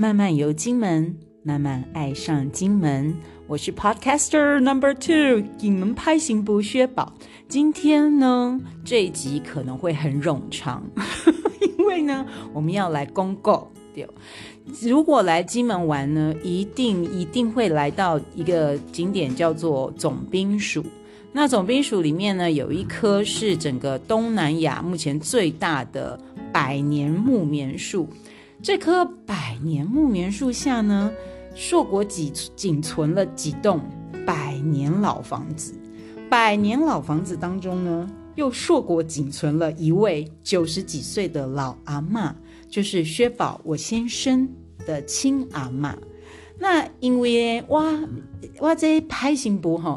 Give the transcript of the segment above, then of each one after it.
慢慢游金门，慢慢爱上金门。我是 Podcaster No.2 金门派行部薛宝。今天呢，这一集可能会很冗长，因为呢，我们要来公告。如果来金门玩呢，一定会来到一个景点叫做总兵署。那总兵署里面呢，有一棵是整个东南亚目前最大的100年木棉树。这棵100年木棉树下呢，硕果仅存了几栋100年老房子。100年老房子当中呢，又硕果仅存了一位90几岁的老阿嬷，就是薛宝我先生的亲阿嬷。那因为我这歹心部吼，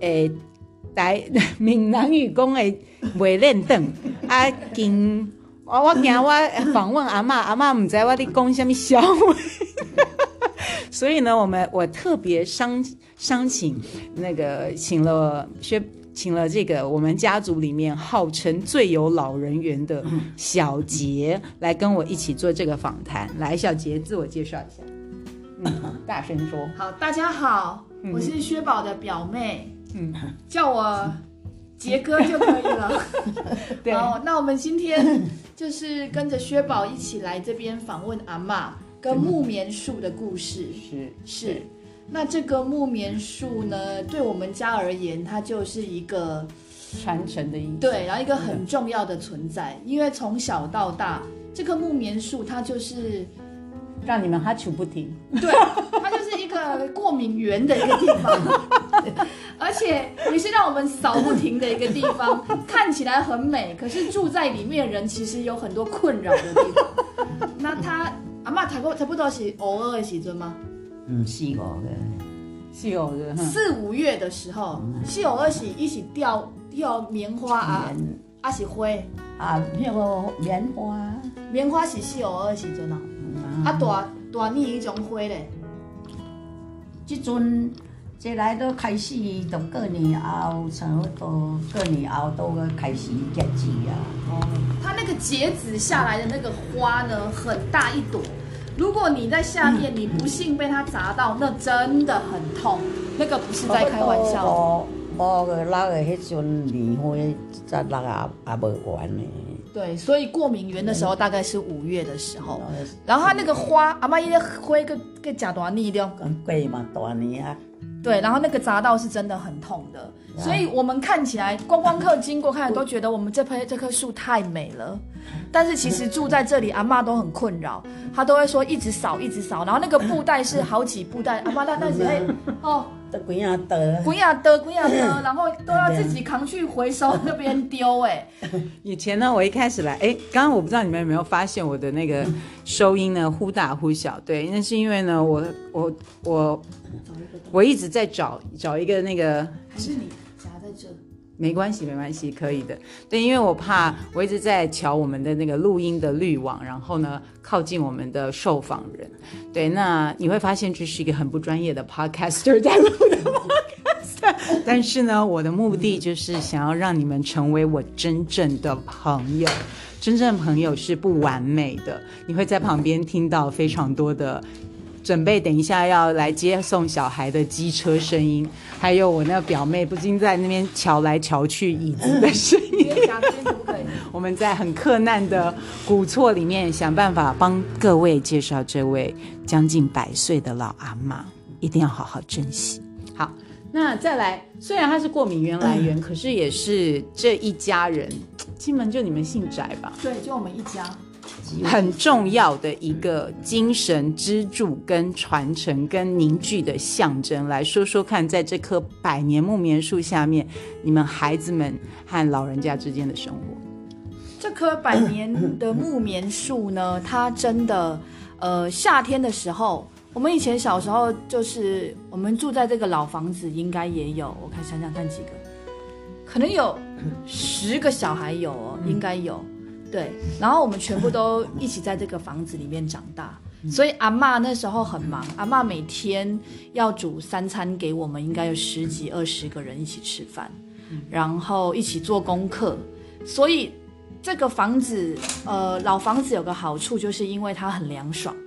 闽南语讲的袂练转啊，我惊我访问阿嬷，阿嬷不知道我在讲什么笑话。所以呢，我特别商请那个请了这个我们家族里面号称最有老人缘的小杰来跟我一起做这个访谈。来，小杰自我介绍一下。大声说。 好，大家好，我是薛宝的表妹，叫我杰哥就可以了。 对。 好，那我们今天就是跟着薛宝一起来这边访问阿嬷跟木棉树的故事。是。那这个木棉树呢，对我们家而言，它就是一个传承的意思。 对，然后一个很重要的存在，因为从小到大，这棵木棉树它就是让你们哈啾不停。 对，它就是一个过敏源的一个地方，而且也是让我们扫不停的一个地方。看起来很美，可是住在里面的人其实有很多困扰的地方。那他阿嬷差不多是5、2的时阵吗 ？4、5的 ，4、5月的时候，4、5是一起掉棉花啊，是花啊，那个棉花， 棉花是4、5的时阵哦。大年迄种花咧， 即阵这来都开始，就过年后，差不多过年后都开始结籽啊。 它那个结籽下来的那个花呢，很大一朵。如果你在夏天，你不幸被它砸到，那真的很痛。那个不是在开玩笑。 5、6的迄阵年花，16也无完呢。 对，所以过敏源的时候大概是5月的时候。然后它那个花，阿嬷伊个花个假大腻了。 过嘛大年啊。 对，然后那个砸到是真的很痛的，所以我们看起来观光客经过看都觉得我们这棵树太美了，但是其实住在这里阿嬷都很困扰，她都会说一直扫，然后那个布袋是好几布袋，阿嬷那是几啊袋， 然后都要自己扛去回收那边丢。 以前呢，我一开始来，刚刚我不知道你们有没有发现我的那个收音呢忽大忽小，对，那是因为呢，我一直在找一个那个， 还是你夹在这？ 没关系，可以的。对，因为我怕我一直在瞧我们的那个录音的滤网，然后呢靠近我们的受访人。对，那你会发现这是一个很不专业的 podcaster 在录的 podcast， 但是呢，我的目的就是想要让你们成为我真正的朋友。真正的朋友是不完美的，你会在旁边听到非常多的。准备等一下要来接送小孩的机车声音，还有我那个表妹不禁在那边瞧来瞧去椅子的声音。我们在很克难的古厝里面想办法帮各位介绍这位将近100岁的老阿嬷，一定要好好珍惜。好，那再来，虽然他是过敏源来源，可是也是这一家人，金门就你们姓翟吧？ 对，就我们一家。 很重要的一个精神支柱跟传承跟凝聚的象征。来说说看，在这棵100年木棉树下面，你们孩子们和老人家之间的生活。 这棵100年的木棉树呢，它真的夏天的时候，我们以前小时候就是我们住在这个老房子，应该也有，我想想看几个，可能有10个小孩有哦，应该有。对，然后我们全部都一起在这个房子里面长大，所以阿嬷那时候很忙，阿嬷每天要煮3餐给我们，应该有10几20个人一起吃饭，然后一起做功课。所以这个房子，老房子有个好处，就是因为它很凉爽。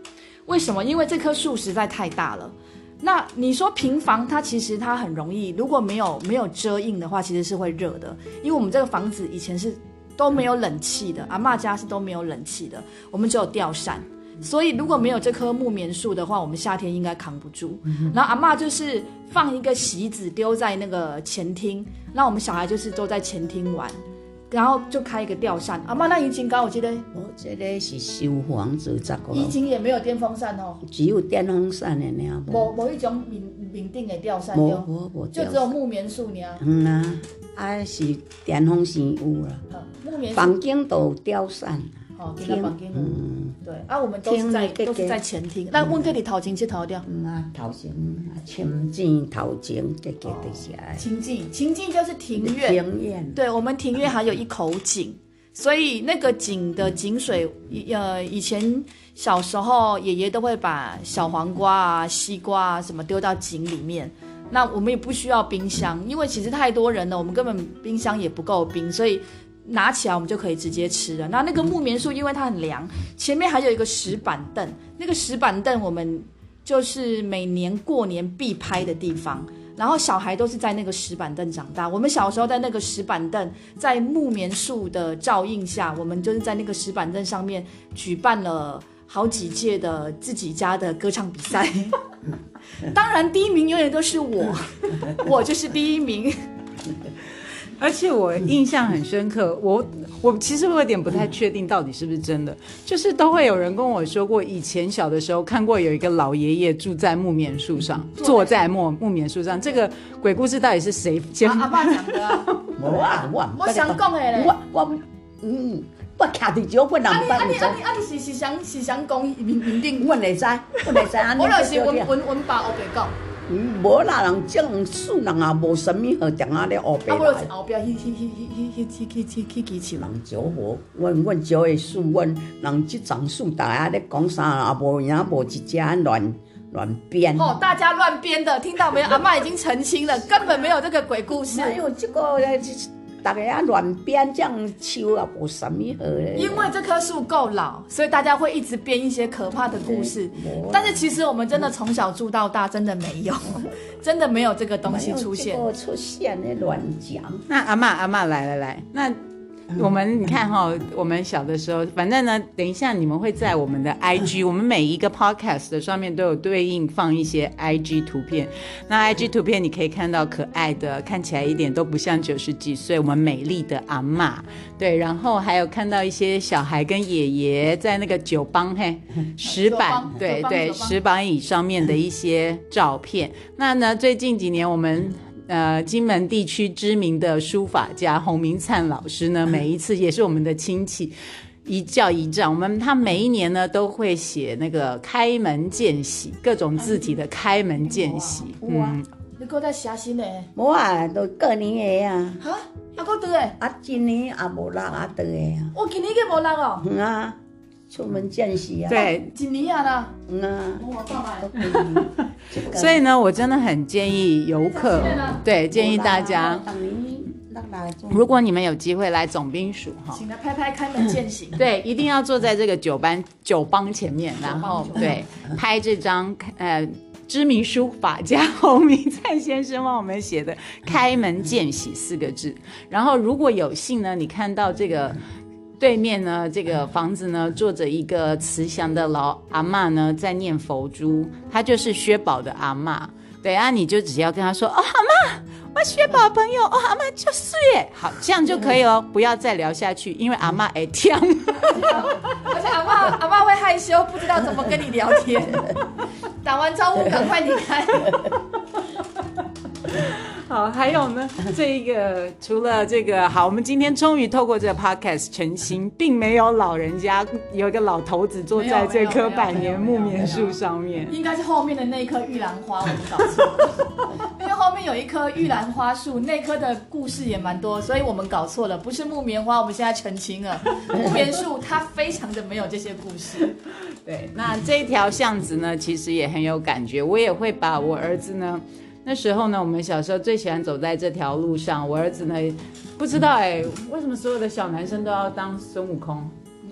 为什么？因为这棵树实在太大了。那你说平房，它其实它很容易，如果没有遮阴的话，其实是会热的。因为我们这个房子以前是都没有冷气的，阿嬷家是都没有冷气的，我们只有吊扇。所以如果没有这棵木棉树的话，我们夏天应该扛不住。然后阿嬷就是放一个席子丢在那个前厅，那我们小孩就是都在前厅玩。然后就开一个吊扇，阿嬷那已经高，我记得。 我这个是修房子这个。 已经也没有电风扇哦。 只有电风扇的呢。 无一种面顶的吊扇。 无。 就只有木棉树呢。 是电风扇有啦。 木棉树。 房间都有吊扇。 听房间对我们都是在前厅。那阮这里头前佚佗掉。 头前清境头前这个就是清境就是庭院。对，我们庭院还有一口井，所以那个井的井水，以前小时候爷爷都会把小黄瓜啊、西瓜啊什么丢到井里面。那我们也不需要冰箱，因为其实太多人了，我们根本冰箱也不够冰，所以拿起来我们就可以直接吃了。那个木棉树因为它很凉，前面还有一个石板凳，那个石板凳我们就是每年过年必拍的地方，然后小孩都是在那个石板凳长大。我们小时候在那个石板凳，在木棉树的照映下，我们就是在那个石板凳上面举办了好几届的自己家的歌唱比赛。当然第一名永远都是我就是第一名。 而且我印象很深刻，我其实我有点不太确定到底是不是真的，就是都会有人跟我说过，以前小的时候看过有一个老爷爷住在木棉树上，坐在木棉树上。这个鬼故事到底是谁先？ 阿爸讲的啊。我想讲的嘞。 我徛伫少，我人捌你是想讲面顶？ 阮会知。我就是阮爸后壁讲。 无啦，人这种树人也无什么好定啊咧后壁。 我就是后壁去支树。 人少无，阮少的树，人这种树大家咧讲啥，也无一只乱编。 大家乱编的，听到没有？阿嬷已经澄清了，根本没有这个鬼故事。 没有这个。大家乱编这样树也无什么好嘞。 因为这棵树够老，所以大家会一直编一些可怕的故事。但是其实我们真的从小住到大，真的没有，真的没有这个东西出现。 没有这个出现的乱讲。 那阿嬷来，那你看我们小的时候，反正呢，等一下你们会在我们的 IG， 我们每一个 podcast 的上面都有对应放一些 IG 图片。那 IG 图片你可以看到可爱的，看起来一点都不像90几岁，我们美丽的阿嬷。对，然后还有看到一些小孩跟爷爷在那个酒帮石板，对，石板椅上面的一些照片。那呢，最近几年我们金门地区知名的书法家洪明灿老师呢，每一次也是我们的亲戚，一教一丈。他每一年呢都会写那个开门见喜，各种字体的开门见喜。 你搁在写新的？ 无啊，都过年的啊。 哈？搁倒的？ 今年也无落倒的啊。 今年个无落哦。 出门见喜啊。 对，一年啦。 我爸爸。 所以呢，我真的很建议游客，对，建议大家，如果你们有机会来总兵署请来拍开门见喜。 对，一定要坐在这个酒帮前面，然后对拍这张知名书法家洪明灿先生帮我们写的开门见喜4个字。然后如果有幸呢，你看到这个对面呢，这个房子呢，坐着一个慈祥的老阿嬷呢，在念佛珠，她就是薛宝的阿嬷。对啊，你就只要跟她说，阿嬷，我薛宝朋友，阿嬷就是耶，好，这样就可以了，不要再聊下去，因为阿嬷会听， 而且阿嬷会害羞，不知道怎么跟你聊天。打完招呼赶快离开。 好，还有呢，这一个除了这个，好，我们今天终于透过这个 podcast 澄清，并没有老人家有一个老头子坐在这棵百年木棉树上面， 应该是后面的那一棵玉兰花，我们搞错了。因为后面有一棵玉兰花树，那棵的故事也蛮多，所以我们搞错了，不是木棉花，我们现在澄清了，木棉树它非常的没有这些故事。 对，那这一条巷子呢，其实也很有感觉，我也会把我儿子呢。那时候呢，我们小时候最喜欢走在这条路上。我儿子呢，不知道为什么所有的小男生都要当孙悟空？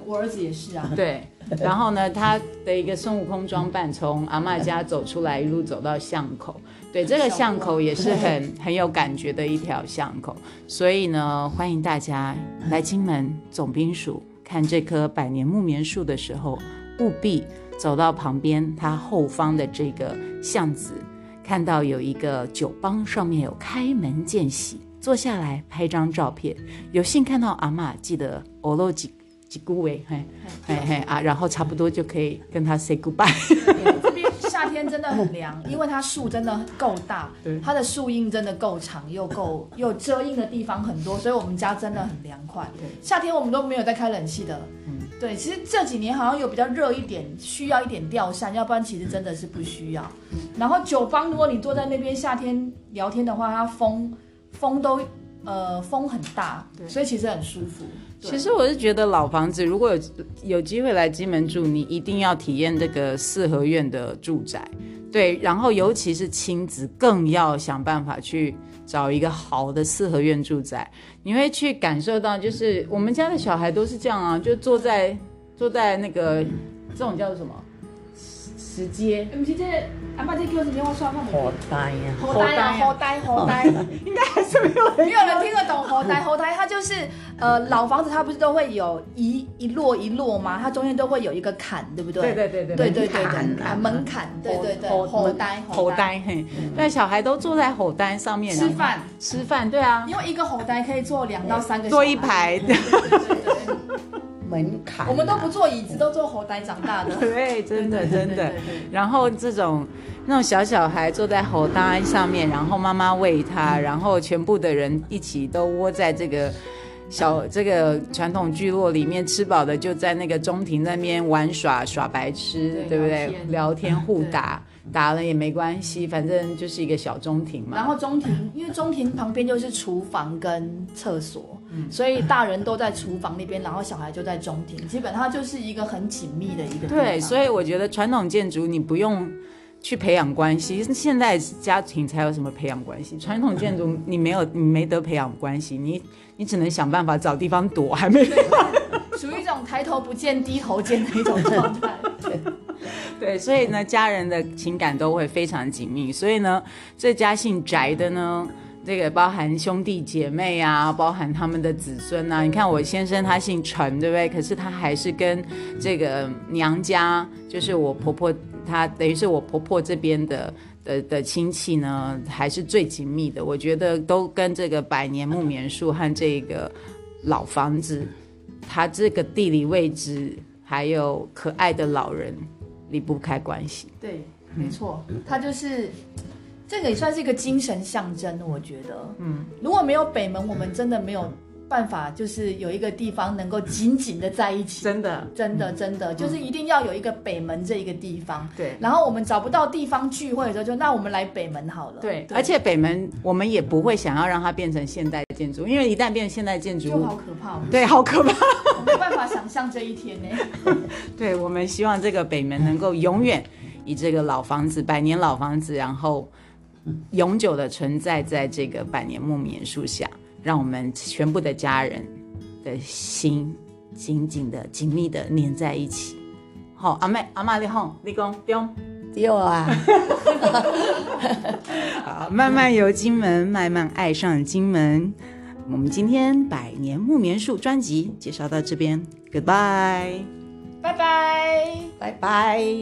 我儿子也是啊。 对，然后呢，他的一个孙悟空装扮从阿嬷家走出来，一路走到巷口。对，这个巷口也是很有感觉的一条巷口，所以呢，欢迎大家来金门总兵署看这棵百年木棉树的时候，务必走到旁边它后方的这个巷子，看到有一个酒帮，上面有开门见喜，坐下来拍张照片。有幸看到阿嬷，记得欧露几句话，然后差不多就可以跟他 say goodbye。 这边夏天真的很凉，因为它树真的够大，它的树荫真的够长，又遮阴的地方很多，所以我们家真的很凉快。夏天我们都没有在开冷气的。对，其实这几年好像有比较热一点，需要一点吊扇，要不然其实真的是不需要。然后酒帮，如果你坐在那边夏天聊天的话，它风很大，所以其实很舒服。 其实我是觉得老房子如果有机会来金门住，你一定要体验这个四合院的住宅。对，然后尤其是亲子更要想办法去找一个好的四合院住宅，你会去感受到，就是我们家的小孩都是这样啊，就坐在那个这种叫做什么石阶， 不是这阿爸这叫什么？我说看好呆啊， 好呆， 应该还是没有人听得懂好呆，它就是老房子它不是都会有一摞一摞吗？它中间都会有一个坎，对不对？对，门槛，对， 吼呆，嘿，对，小孩都坐在吼呆上面吃饭，对啊， 因为一个吼呆可以坐2到3个， 坐一排，对。 门槛， 我们都不坐椅子，都坐猴呆长大的。 对，真的。然后那种小孩坐在猴呆上面，然后妈妈喂他，然后全部的人一起都窝在这个传统聚落里面，吃饱的就在那个中庭那边玩耍白痴，对不对？聊天互打了也没关系，反正就是一个小中庭嘛。 然后因为中庭旁边就是厨房跟厕所，所以大人都在厨房那边，然后小孩就在中庭，基本上就是一个很紧密的一个地方。 对，所以我觉得传统建筑你不用去培养关系，现在家庭才有什么培养关系。传统建筑你没得培养关系，你只能想办法找地方躲，还没属于一种抬头不见低头见的一种状态。 对，所以呢，家人的情感都会非常紧密。所以呢，这家姓翟的呢，这个包含兄弟姐妹啊，包含他们的子孙啊。你看我先生他姓陈，对不对？可是他还是跟这个娘家，就是我婆婆，他等于是我婆婆这边的亲戚呢，还是最紧密的。我觉得都跟这个百年木棉树和这个老房子，它这个地理位置，还有可爱的老人，离不开关系。 对，没错，它就是这个也算是一个精神象征，我觉得。如果没有北门，我们真的没有办法，就是有一个地方能够紧紧的在一起。真的，就是一定要有一个北门这一个地方。对，然后我们找不到地方聚会的时候，就那我们来北门好了。对， 而且北门我们也不会想要让它变成现代建筑，因为一旦变成现代建筑， 就好可怕。 对，好可怕， 我没办法想象这一天呢。 对，我们希望这个北门能够永远以这个老房子，百年老房子，然后永久的存在在这个百年木棉树下，让我们全部的家人的心紧密的粘在一起。好，阿嬷你好，你讲对啊。 好，慢慢游金门，慢慢爱上金门。我们今天百年木棉树专辑介绍到这边 ，Goodbye， 拜拜。